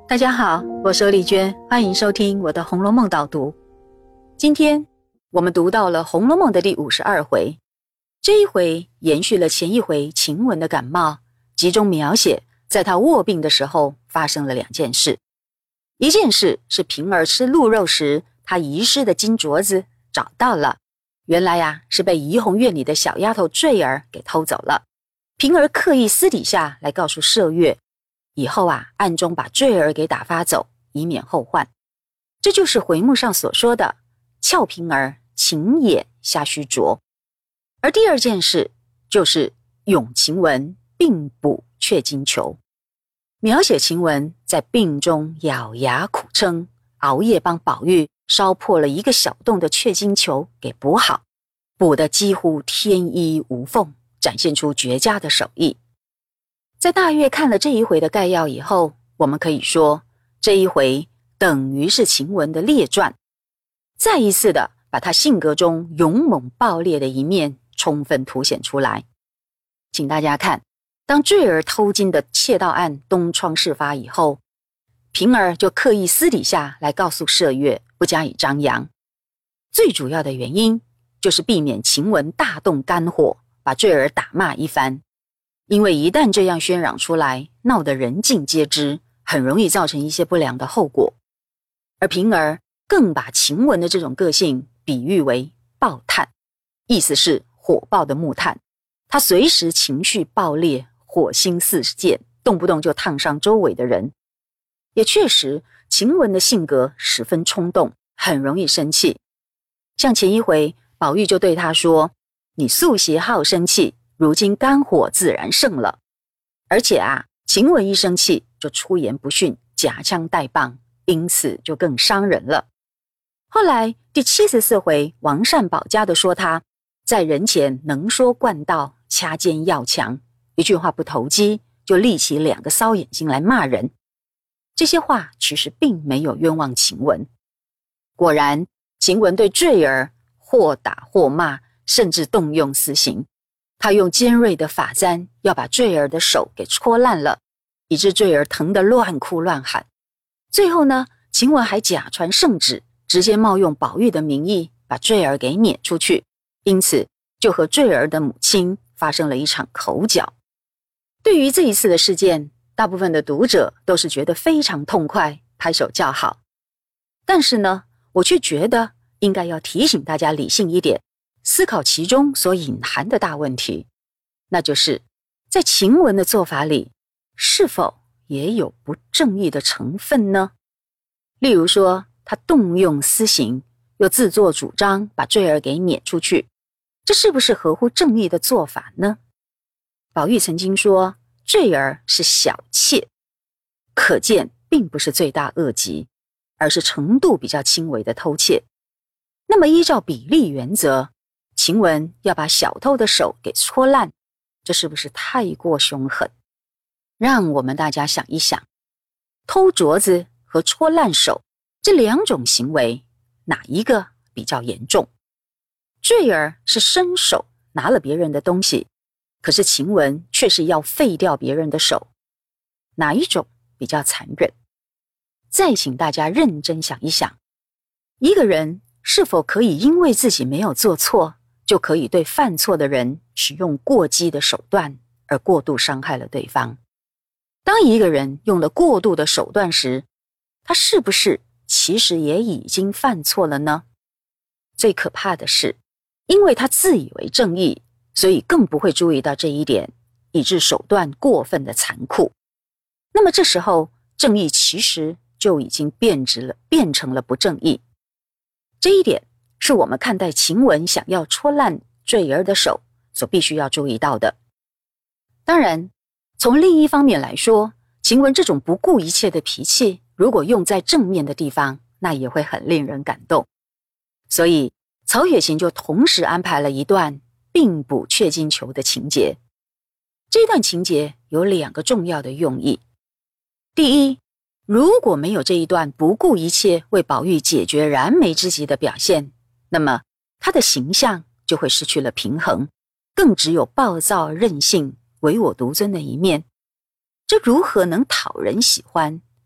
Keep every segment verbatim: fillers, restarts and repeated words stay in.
大家好，我是丽娟，欢迎收听我的《红楼梦》导读。今天我们读到了《红楼梦》的第五十二回，这一回延续了前一回晴雯的感冒，集中描写在她卧病的时候发生了两件事。一件事是平儿吃鹿肉时，她遗失的金镯子找到了，原来呀、啊、是被怡红院里的小丫头坠儿给偷走了。平儿刻意私底下来告诉麝月，以后啊暗中把坠儿给打发走，以免后患。这就是回目上所说的俏平儿情眼下须着。而第二件事就是咏晴雯病补雀金球，描写晴雯在病中咬牙苦撑，熬夜帮宝玉烧破了一个小洞的雀金球给补好，补得几乎天衣无缝，展现出绝佳的手艺。在大约看了这一回的概要以后，我们可以说这一回等于是晴雯的列传，再一次的把她性格中勇猛暴烈的一面充分凸显出来。请大家看，当坠儿偷金的窃盗案东窗事发以后，平儿就刻意私底下来告诉麝月，不加以张扬。最主要的原因就是避免晴雯大动肝火，把坠儿打骂一番。因为一旦这样喧嚷出来，闹得人尽皆知，很容易造成一些不良的后果。而平儿更把晴雯的这种个性比喻为爆炭，意思是火爆的木炭，她随时情绪爆裂，火星四溅，动不动就烫伤周围的人。也确实，晴雯的性格十分冲动，很容易生气。像前一回，宝玉就对她说，你素习好生气，如今肝火自然盛了。而且啊，晴雯一生气就出言不逊，夹枪带棒，因此就更伤人了。后来第七十四回，王善保家的说他在人前能说惯道，掐尖要强，一句话不投机，就立起两个骚眼睛来骂人。这些话其实并没有冤枉晴雯。果然，晴雯对坠儿或打或骂，甚至动用私刑。他用尖锐的发簪要把坠儿的手给戳烂了，以致坠儿疼得乱哭乱喊。最后呢，晴雯还假传圣旨，直接冒用宝玉的名义把坠儿给撵出去，因此就和坠儿的母亲发生了一场口角。对于这一次的事件，大部分的读者都是觉得非常痛快，拍手叫好。但是呢，我却觉得应该要提醒大家理性一点，思考其中所隐含的大问题，那就是在晴雯的做法里，是否也有不正义的成分呢？例如说，他动用私刑，又自作主张把坠儿给撵出去，这是不是合乎正义的做法呢？宝玉曾经说，坠儿是小妾，可见并不是罪大恶极，而是程度比较轻微的偷窃。那么依照比例原则，晴雯要把小偷的手给戳烂，这是不是太过凶狠？让我们大家想一想，偷镯子和戳烂手这两种行为，哪一个比较严重？坠儿是伸手拿了别人的东西，可是晴雯却是要废掉别人的手，哪一种比较残忍？再请大家认真想一想，一个人是否可以因为自己没有做错，就可以对犯错的人使用过激的手段，而过度伤害了对方？当一个人用了过度的手段时，他是不是其实也已经犯错了呢？最可怕的是，因为他自以为正义，所以更不会注意到这一点，以致手段过分的残酷。那么这时候，正义其实就已经变质了，变成了不正义。这一点是我们看待晴雯想要戳烂坠儿的手所必须要注意到的。当然，从另一方面来说，晴雯这种不顾一切的脾气，如果用在正面的地方，那也会很令人感动。所以曹雪芹就同时安排了一段并补雀金球的情节。这段情节有两个重要的用意。第一，如果没有这一段不顾一切为宝玉解决燃眉之急的表现，那么他的形象就会失去了平衡，更只有暴躁任性唯我独尊的一面。这如何能讨人喜欢，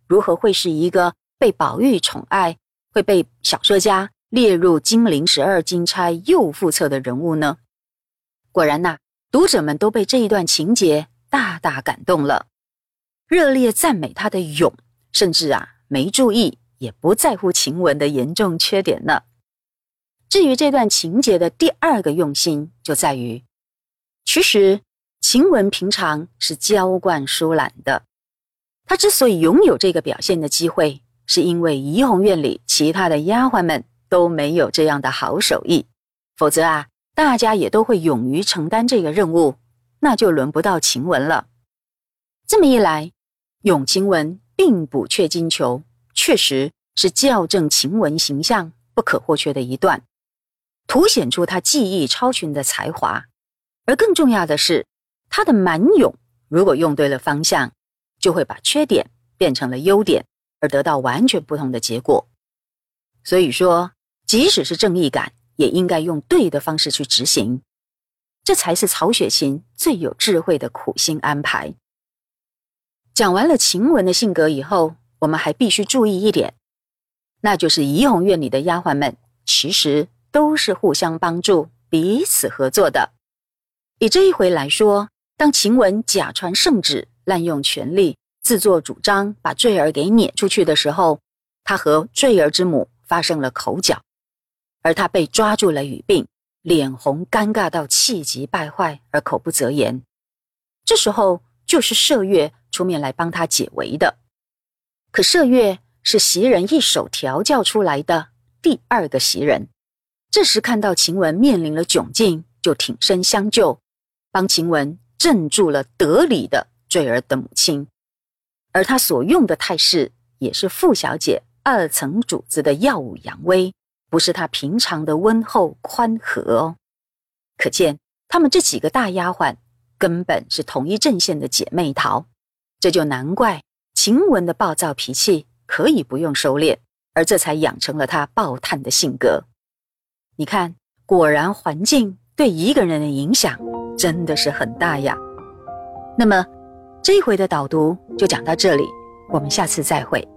如何会是一个被宝玉宠爱，会被小说家列入金陵十二金钗右副册的人物呢？果然呐、啊，读者们都被这一段情节大大感动了，热烈赞美他的勇，甚至啊没注意也不在乎晴雯的严重缺点呢。至于这段情节的第二个用心，就在于其实晴雯平常是娇惯疏懒的，她之所以拥有这个表现的机会，是因为怡红院里其他的丫鬟们都没有这样的好手艺，否则啊大家也都会勇于承担这个任务，那就轮不到晴雯了。这么一来，咏晴雯并补阙金裘，确实是校正晴雯形象不可或缺的一段，凸显出她技艺超群的才华。而更重要的是，她的满咏如果用对了方向，就会把缺点变成了优点，而得到完全不同的结果。所以说，即使是正义感，也应该用对的方式去执行，这才是曹雪芹最有智慧的苦心安排。讲完了晴雯的性格以后，我们还必须注意一点，那就是怡红院里的丫鬟们其实都是互相帮助、彼此合作的。以这一回来说，当晴雯假传圣旨，滥用权力，自作主张把坠儿给撵出去的时候，她和坠儿之母发生了口角，而她被抓住了语病，脸红尴尬到气急败坏而口不择言。这时候就是麝月出面来帮她解围的。可麝月是袭人一手调教出来的第二个袭人，这时看到晴雯面临了窘境，就挺身相救，帮晴雯镇住了得理的坠儿的母亲。而他所用的态势也是傅小姐二层主子的耀武扬威，不是他平常的温厚宽和哦。可见他们这几个大丫鬟根本是同一阵线的姐妹淘，这就难怪晴雯的暴躁脾气可以不用收敛，而这才养成了她暴炭的性格。你看，果然环境对一个人的影响真的是很大呀。那么这一回的导读就讲到这里，我们下次再会。